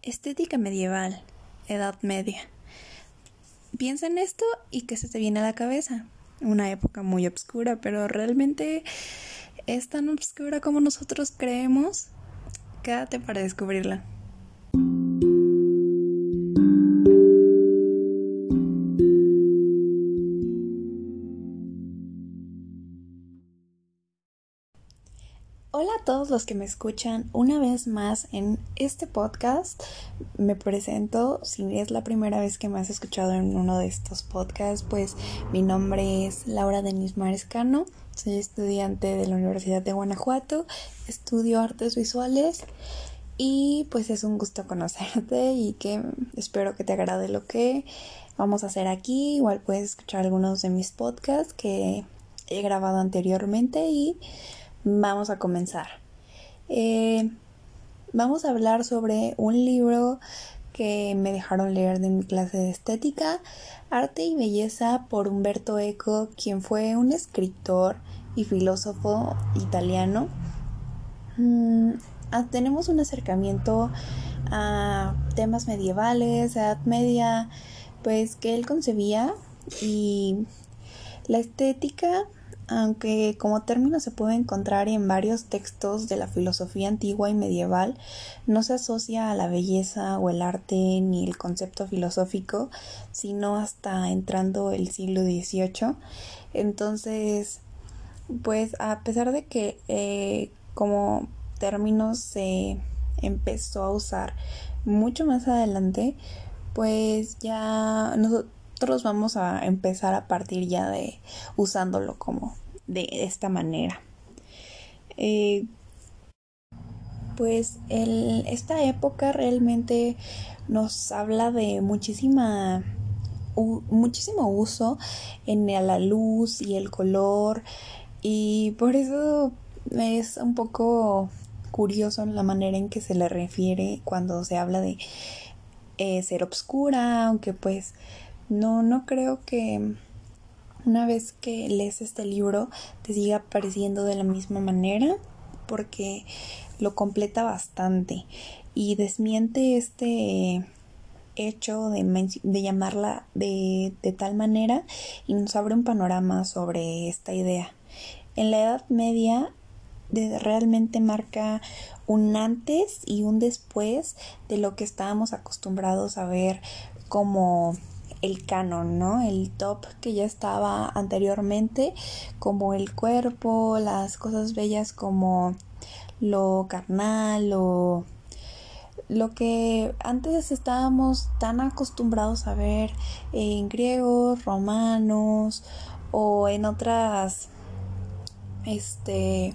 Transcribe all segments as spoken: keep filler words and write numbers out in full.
Estética medieval, Edad Media. Piensa en esto y ¿qué se te viene a la cabeza? Una época muy oscura, pero ¿realmente es tan oscura como nosotros creemos? Quédate para descubrirla. Hola a todos los que me escuchan una vez más en este podcast. Me presento, si es la primera vez que me has escuchado en uno de estos podcasts, pues mi nombre es Laura Denise Marescano, soy estudiante de la Universidad de Guanajuato, estudio artes visuales y pues es un gusto conocerte y que espero que te agrade lo que vamos a hacer aquí. Igual puedes escuchar algunos de mis podcasts que he grabado anteriormente y vamos a comenzar. Eh, vamos a hablar sobre un libro que me dejaron leer de mi clase de estética, Arte y Belleza, por Umberto Eco, quien fue un escritor y filósofo italiano. Mm, tenemos un acercamiento a temas medievales, a Edad Media, pues que él concebía, y la estética, aunque como término se puede encontrar en varios textos de la filosofía antigua y medieval, no se asocia a la belleza o el arte ni el concepto filosófico, sino hasta entrando el siglo dieciocho. Entonces, pues a pesar de que eh, como término se empezó a usar mucho más adelante, pues ya nosotros Nosotros vamos a empezar a partir ya de usándolo como de esta manera. Eh, pues el, esta época realmente nos habla de muchísima u, muchísimo uso en la luz y el color, y por eso es un poco curioso la manera en que se le refiere cuando se habla de eh, ser obscura, aunque pues No, no creo que una vez que lees este libro te siga pareciendo de la misma manera, porque lo completa bastante y desmiente este hecho de, men- de llamarla de, de tal manera, y nos abre un panorama sobre esta idea. En la Edad Media de, realmente marca un antes y un después de lo que estábamos acostumbrados a ver como el canon, ¿no? El top que ya estaba anteriormente, como el cuerpo, las cosas bellas como lo carnal o lo que antes estábamos tan acostumbrados a ver en griegos, romanos o en otras este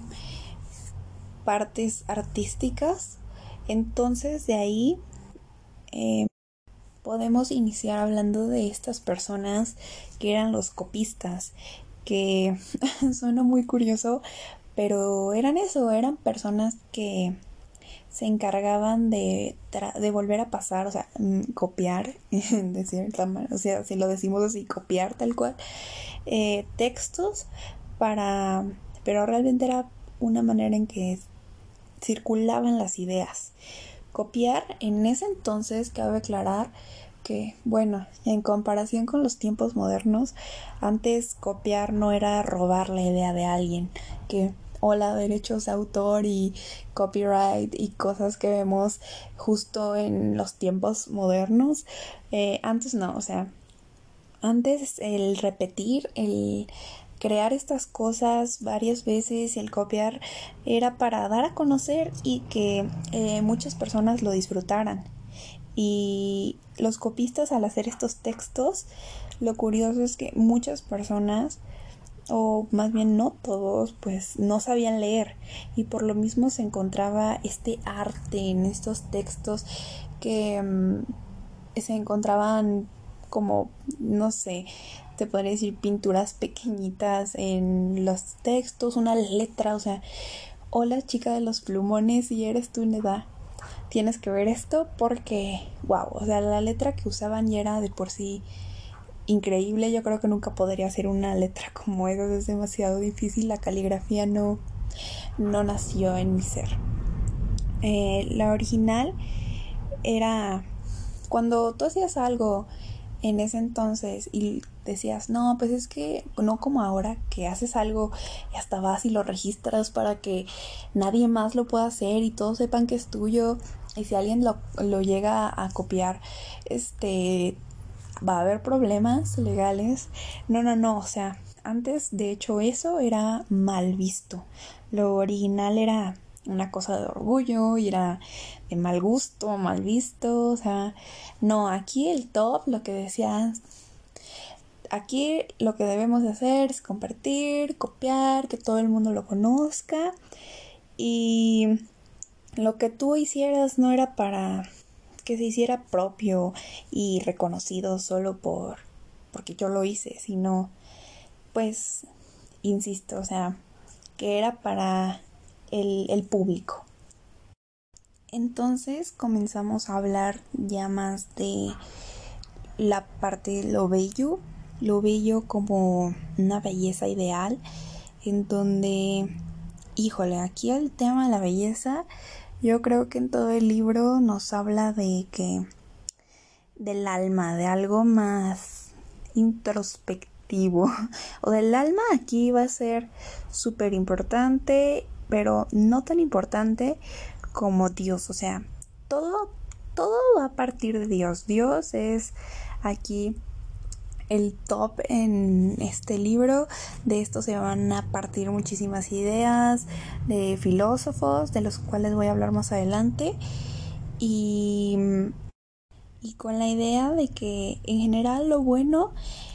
partes artísticas. Entonces de ahí eh, podemos iniciar hablando de estas personas que eran los copistas, que suena muy curioso, pero eran eso, eran personas que se encargaban de, tra- de volver a pasar, o sea, mm, copiar, de cierta manera, o sea, si lo decimos así, copiar tal cual, eh, textos para, pero realmente era una manera en que circulaban las ideas. Copiar en ese entonces, cabe aclarar que, bueno, en comparación con los tiempos modernos, antes copiar no era robar la idea de alguien, que hola, derechos de autor y copyright y cosas que vemos justo en los tiempos modernos. Eh, antes no, o sea, antes el repetir, el crear estas cosas varias veces, el copiar, era para dar a conocer y que eh, muchas personas lo disfrutaran. Y los copistas, al hacer estos textos, lo curioso es que muchas personas, o más bien no todos, pues no sabían leer, y por lo mismo se encontraba este arte en estos textos que um, se encontraban como, no sé, te podría decir pinturas pequeñitas en los textos, una letra, o sea, hola chica de los plumones, si eres tú Neda, tienes que ver esto porque, wow, o sea, la letra que usaban ya era de por sí increíble. Yo creo que nunca podría hacer una letra como esa, es demasiado difícil, la caligrafía no, no nació en mi ser. Eh, la original era cuando tú hacías algo en ese entonces y decías, no, pues es que no como ahora que haces algo y hasta vas y lo registras para que nadie más lo pueda hacer y todos sepan que es tuyo, y si alguien lo, lo llega a copiar, este, va a haber problemas legales. No, no, no, o sea, antes de hecho eso era mal visto. Lo original era una cosa de orgullo y era de mal gusto, mal visto, o sea, no, aquí el top, lo que decías, aquí lo que debemos de hacer es compartir, copiar, que todo el mundo lo conozca, y lo que tú hicieras no era para que se hiciera propio y reconocido solo por porque yo lo hice, sino pues, insisto, o sea, que era para el, el público. Entonces comenzamos a hablar ya más de la parte de lo bello, lo bello como una belleza ideal, en donde, híjole, aquí el tema de la belleza, yo creo que en todo el libro nos habla de que, del alma, de algo más introspectivo, o del alma aquí va a ser súper importante, pero no tan importante como Dios, o sea, todo, todo va a partir de Dios. Dios es aquí el top en este libro. De esto se van a partir muchísimas ideas de filósofos, de los cuales voy a hablar más adelante, y, y con la idea de que en general lo bueno,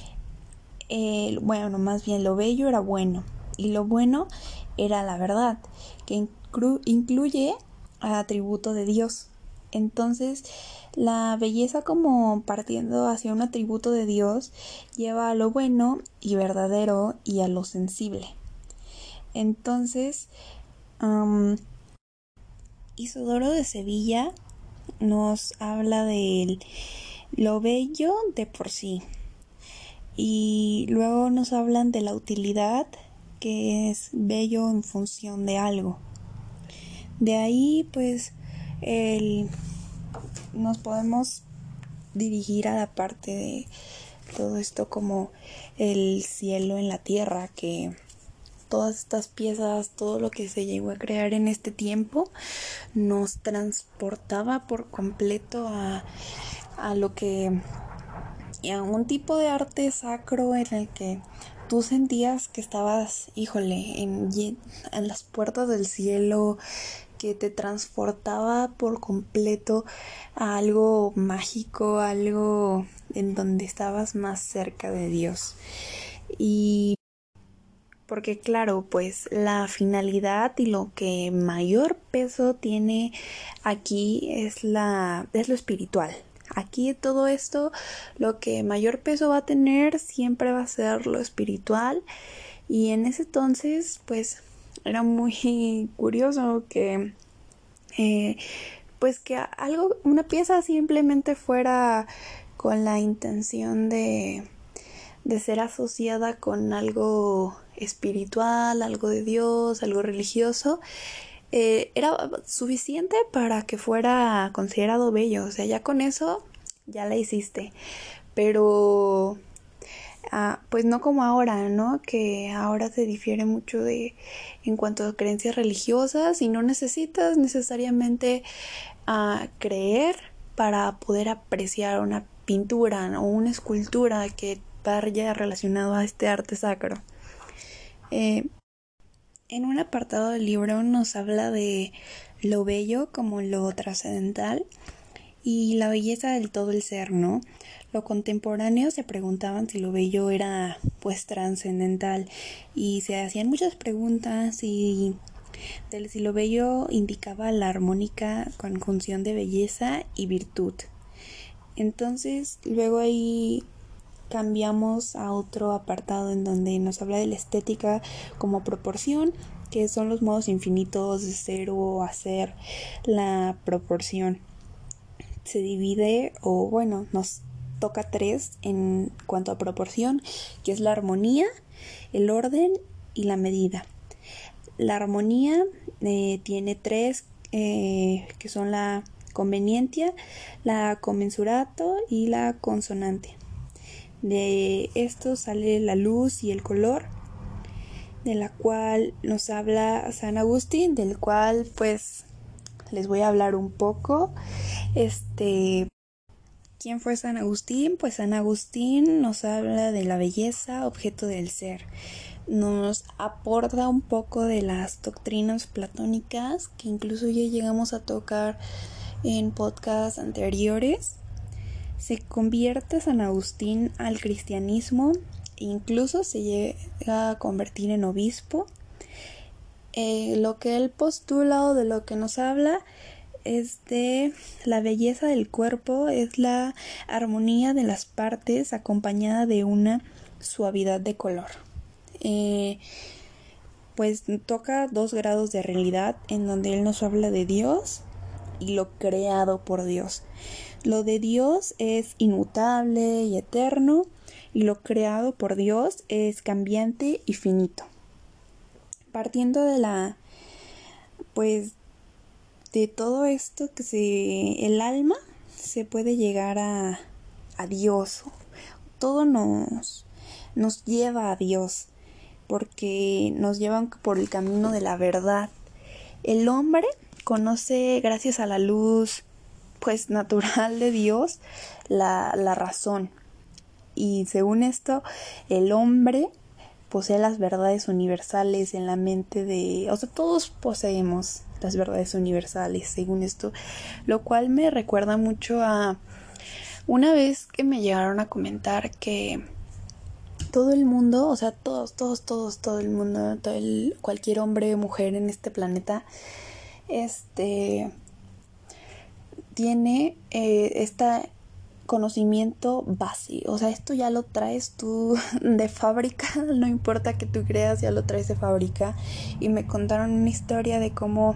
eh, bueno, más bien lo bello era bueno, y lo bueno era la verdad, que inclu- incluye atributo de Dios. Entonces, la belleza como partiendo hacia un atributo de Dios lleva a lo bueno y verdadero y a lo sensible. Entonces, um, Isidoro de Sevilla nos habla de lo bello de por sí. Y luego nos hablan de la utilidad, que es bello en función de algo. De ahí, pues, el, nos podemos dirigir a la parte de todo esto como el cielo en la tierra, que todas estas piezas, todo lo que se llegó a crear en este tiempo, nos transportaba por completo a, a lo que, a un tipo de arte sacro en el que tú sentías que estabas, híjole, en, en las puertas del cielo, que te transportaba por completo a algo mágico, algo en donde estabas más cerca de Dios. Y porque claro, pues la finalidad y lo que mayor peso tiene aquí es la es lo espiritual. Aquí todo esto, lo que mayor peso va a tener siempre va a ser lo espiritual. Y en ese entonces, pues, era muy curioso que, eh, pues, que algo, una pieza simplemente fuera con la intención de, de ser asociada con algo espiritual, algo de Dios, algo religioso. Eh, era suficiente para que fuera considerado bello. O sea, ya con eso ya la hiciste. Pero ah, pues no como ahora, ¿no? Que ahora se difiere mucho de en cuanto a creencias religiosas, y no necesitas necesariamente ah, creer para poder apreciar una pintura, ¿no? O una escultura que vaya relacionado a este arte sacro. Eh, en un apartado del libro nos habla de lo bello como lo trascendental y la belleza del todo el ser, ¿no? Lo contemporáneo se preguntaban si lo bello era pues trascendental, y se hacían muchas preguntas y de si lo bello indicaba la armónica conjunción de belleza y virtud. Entonces luego ahí cambiamos a otro apartado en donde nos habla de la estética como proporción, que son los modos infinitos de ser o hacer. La proporción se divide, o bueno, nos toca tres en cuanto a proporción, que es la armonía, el orden y la medida. La armonía eh, tiene tres, eh, que son la conveniencia, la commensurato y la consonante. De esto sale la luz y el color, de la cual nos habla San Agustín, del cual pues les voy a hablar un poco. Este, ¿quién fue San Agustín? Pues San Agustín nos habla de la belleza, objeto del ser. Nos aporta un poco de las doctrinas platónicas que incluso ya llegamos a tocar en podcasts anteriores. Se convierte San Agustín al cristianismo, incluso se llega a convertir en obispo. Eh, lo que él postula o de lo que nos habla es de la belleza del cuerpo, es la armonía de las partes acompañada de una suavidad de color. Eh, pues toca dos grados de realidad en donde él nos habla de Dios y lo creado por Dios. Lo de Dios es inmutable y eterno, y lo creado por Dios es cambiante y finito. Partiendo de la, pues, de todo esto que se, el alma se puede llegar a, a Dios. Todo nos, nos lleva a Dios, porque nos llevan por el camino de la verdad. El hombre conoce, gracias a la luz pues natural de Dios, la, la razón, y según esto el hombre posee las verdades universales en la mente de, o sea, todos poseemos las verdades universales según esto, lo cual me recuerda mucho a una vez que me llegaron a comentar que todo el mundo, o sea, todos, todos, todos, todo el mundo, todo el, cualquier hombre o mujer en este planeta, este tiene eh, este conocimiento base, o sea, esto ya lo traes tú de fábrica, no importa que tú creas, ya lo traes de fábrica. Y me contaron una historia de cómo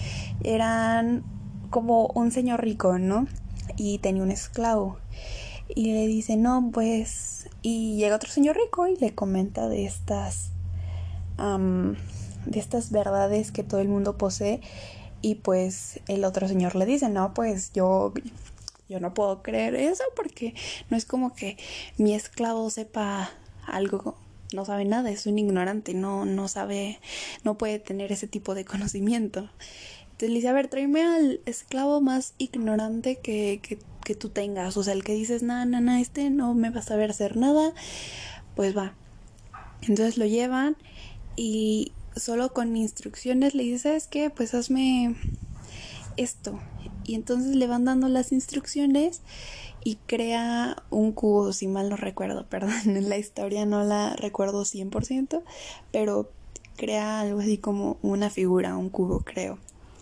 eran como un señor rico, ¿no? Y tenía un esclavo, y le dice, no, pues, y llega otro señor rico y le comenta de estas um, de estas verdades que todo el mundo posee. Y pues el otro señor le dice, no, pues yo, yo no puedo creer eso, porque no es como que mi esclavo sepa algo, no sabe nada, es un ignorante, no, no sabe, no puede tener ese tipo de conocimiento. Entonces le dice, a ver, tráeme al esclavo más ignorante que, que, que tú tengas, o sea, el que dices, nada, nada, na, este no me va a saber hacer nada, pues va. Entonces lo llevan y solo con instrucciones le dice, ¿sabes qué? Pues hazme esto. Y entonces le van dando las instrucciones y crea un cubo, si mal no recuerdo, perdón, en la historia no la recuerdo cien por ciento, pero crea algo así como una figura, un cubo, creo.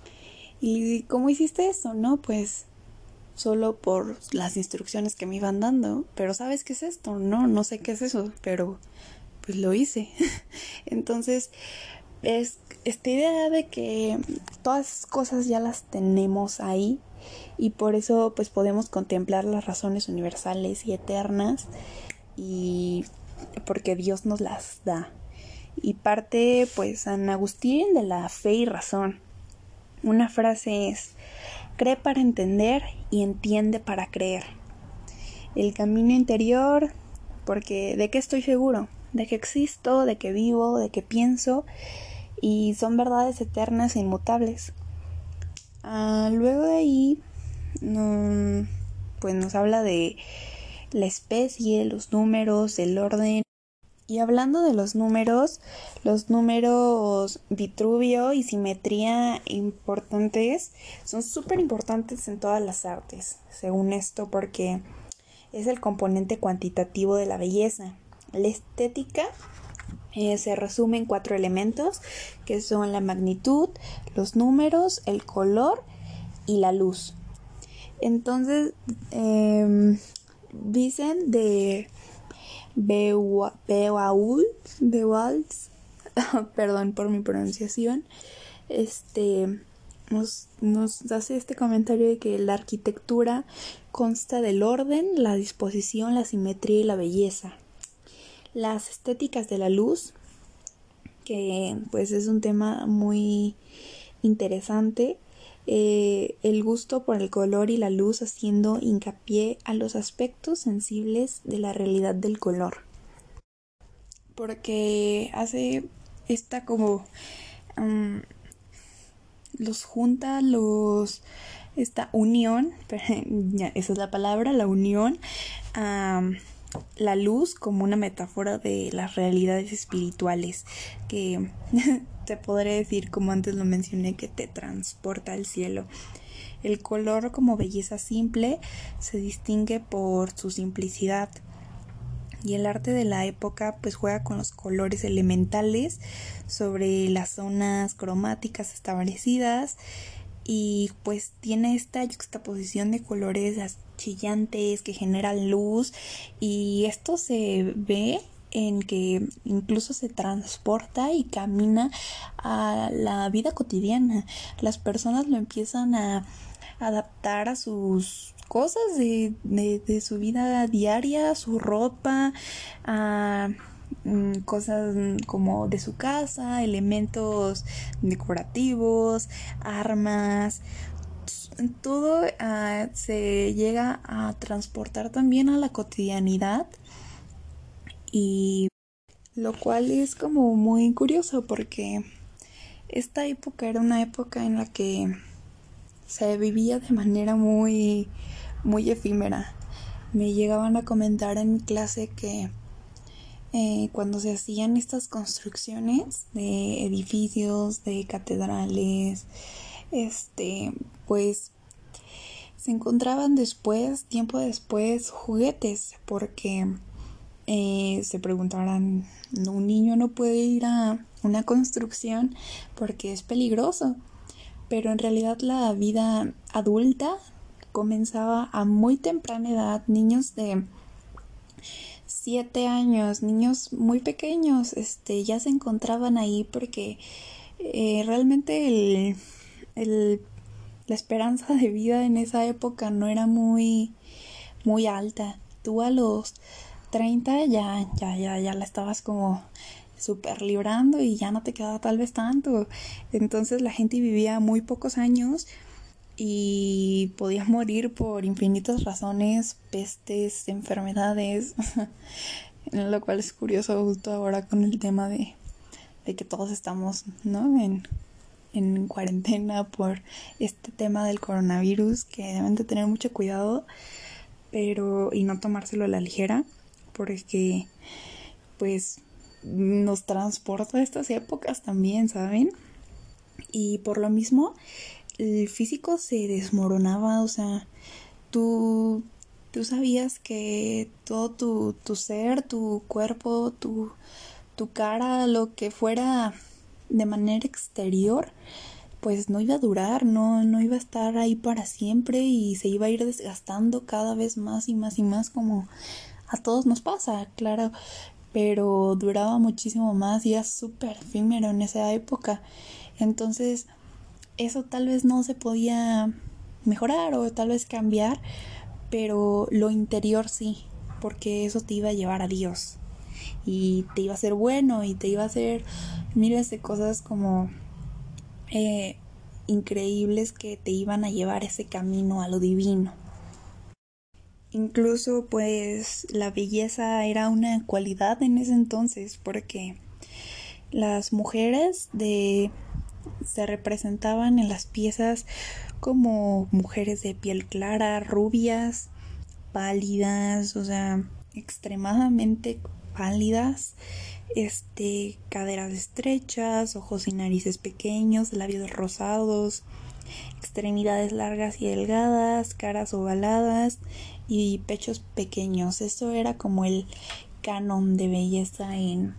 ¿Y cómo hiciste eso? No, pues solo por las instrucciones que me iban dando. Pero ¿sabes qué es esto? No, no sé qué es eso, pero pues lo hice. Entonces es esta idea de que todas esas cosas ya las tenemos ahí, y por eso pues podemos contemplar las razones universales y eternas, y porque Dios nos las da. Y parte pues San Agustín de la fe y razón. Una frase es: cree para entender y entiende para creer. El camino interior, porque ¿de qué estoy seguro? De que existo, de que vivo, de que pienso, y son verdades eternas e inmutables. Ah, luego de ahí, no, pues nos habla de la especie, los números, el orden. Y hablando de los números, los números Vitruvio y simetría importantes son súper importantes en todas las artes, según esto, porque es el componente cuantitativo de la belleza. La estética eh, se resume en cuatro elementos, que son la magnitud, los números, el color y la luz. Entonces, eh, dicen de Bewa, Bewaul, Bewals, perdón por mi pronunciación, este nos, nos hace este comentario de que la arquitectura consta del orden, la disposición, la simetría y la belleza. Las estéticas de la luz, que pues es un tema muy interesante, eh, el gusto por el color y la luz, haciendo hincapié a los aspectos sensibles de la realidad del color. Porque hace esta como um, los junta, los esta unión, ya, esa es la palabra, la unión, um, la luz como una metáfora de las realidades espirituales que te podré decir, como antes lo mencioné, que te transporta al cielo. El color como belleza simple se distingue por su simplicidad, y el arte de la época pues juega con los colores elementales sobre las zonas cromáticas establecidas, y pues tiene esta juxtaposición de colores chillantes que generan luz, y esto se ve en que incluso se transporta y camina a la vida cotidiana. Las personas lo empiezan a adaptar a sus cosas de, de, de su vida diaria, su ropa, a mm, cosas como de su casa, elementos decorativos, armas. Todo uh, se llega a transportar también a la cotidianidad, y lo cual es como muy curioso porque esta época era una época en la que se vivía de manera muy, muy efímera. Me llegaban a comentar en mi clase que eh, cuando se hacían estas construcciones de edificios, de catedrales, este, pues se encontraban después, tiempo después, juguetes, porque eh, se preguntarán, un niño no puede ir a una construcción porque es peligroso. Pero en realidad la vida adulta comenzaba a muy temprana edad. Niños de siete años, niños muy pequeños, este, ya se encontraban ahí porque eh, realmente el, el, la esperanza de vida en esa época no era muy, muy alta. Tú a los treinta ya, ya, ya, ya la estabas como súper librando y ya no te quedaba tal vez tanto. Entonces la gente vivía muy pocos años y podía morir por infinitas razones, pestes, enfermedades, lo cual es curioso justo ahora con el tema de, de que todos estamos, ¿no?, en, en cuarentena por este tema del coronavirus, que deben de tener mucho cuidado, pero y no tomárselo a la ligera, porque pues nos transporta a estas épocas también, ¿saben? Y por lo mismo el físico se desmoronaba. O sea, tú, tú sabías que todo tu, tu ser, tu cuerpo, tu, tu cara, lo que fuera de manera exterior, pues no iba a durar, no, no iba a estar ahí para siempre, y se iba a ir desgastando cada vez más y más y más, como a todos nos pasa, claro, pero duraba muchísimo más y era súper efímero en esa época. Entonces eso tal vez no se podía mejorar o tal vez cambiar, pero lo interior sí, porque eso te iba a llevar a Dios y te iba a hacer bueno y te iba a hacer miles de cosas como eh, increíbles que te iban a llevar ese camino a lo divino. Incluso pues la belleza era una cualidad en ese entonces, porque las mujeres de se representaban en las piezas como mujeres de piel clara, rubias, pálidas, o sea, extremadamente pálidas, este, caderas estrechas, ojos y narices pequeños, labios rosados, extremidades largas y delgadas, caras ovaladas y pechos pequeños. Eso era como el canon de belleza en,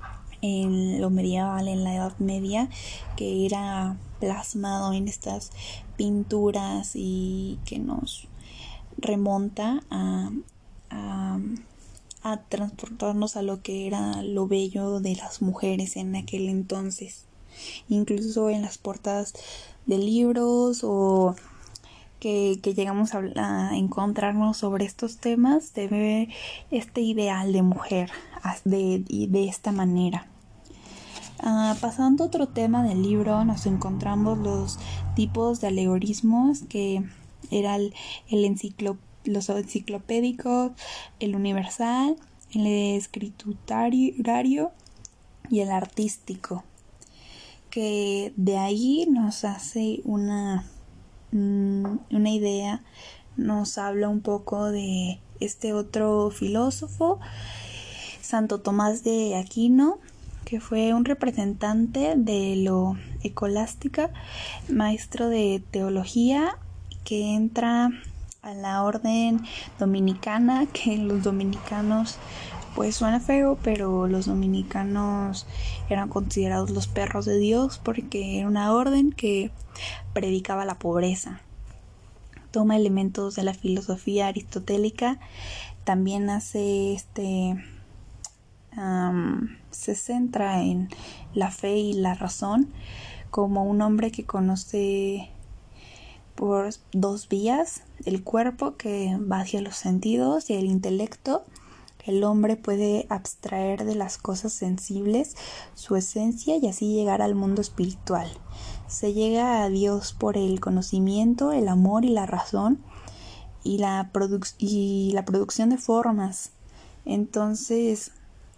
en lo medieval, en la Edad Media, que era plasmado en estas pinturas y que nos remonta a, a, a transportarnos a lo que era lo bello de las mujeres en aquel entonces. Incluso en las portadas de libros o que, que llegamos a, a encontrarnos sobre estos temas, de ver este ideal de mujer de, de esta manera. Uh, pasando a otro tema del libro, nos encontramos los tipos de alegorismos, que era el, el enciclo, los enciclopédicos, el universal, el escriturario y el artístico, que de ahí nos hace una, una idea, nos habla un poco de este otro filósofo, Santo Tomás de Aquino, que fue un representante de lo escolástica, maestro de teología, que entra a la orden dominicana, que los dominicanos, pues suena feo, pero los dominicanos eran considerados los perros de Dios porque era una orden que predicaba la pobreza. Toma elementos de la filosofía aristotélica, también hace este... Um, se centra en la fe y la razón, como un hombre que conoce por dos vías: el cuerpo, que va hacia los sentidos, y el intelecto. El hombre puede abstraer de las cosas sensibles su esencia y así llegar al mundo espiritual. Se llega a Dios por el conocimiento, el amor y la razón, y la, produ- y la producción de formas. Entonces,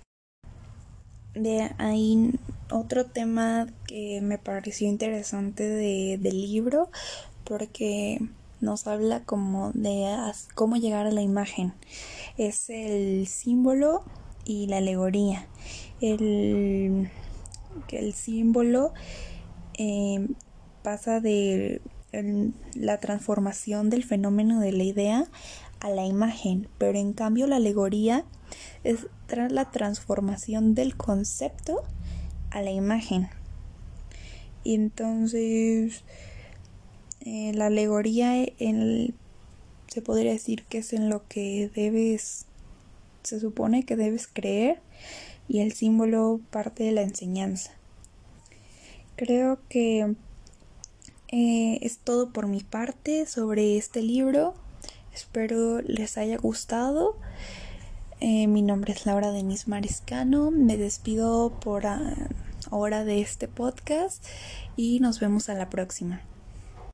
de ahí otro tema que me pareció interesante de, del libro, porque nos habla como de cómo llegar a la imagen. Es el símbolo y la alegoría. El, el símbolo eh, pasa de el, la transformación del fenómeno de la idea a la imagen, pero en cambio la alegoría es tras la transformación del concepto a la imagen. Y entonces eh, la alegoría en, se podría decir que es en lo que debes, se supone que debes creer, y el símbolo parte de la enseñanza. Creo que eh, es todo por mi parte sobre este libro. Espero les haya gustado. Eh, mi nombre es Laura Denise Mariscano. Me despido por ahora de este podcast y nos vemos a la próxima.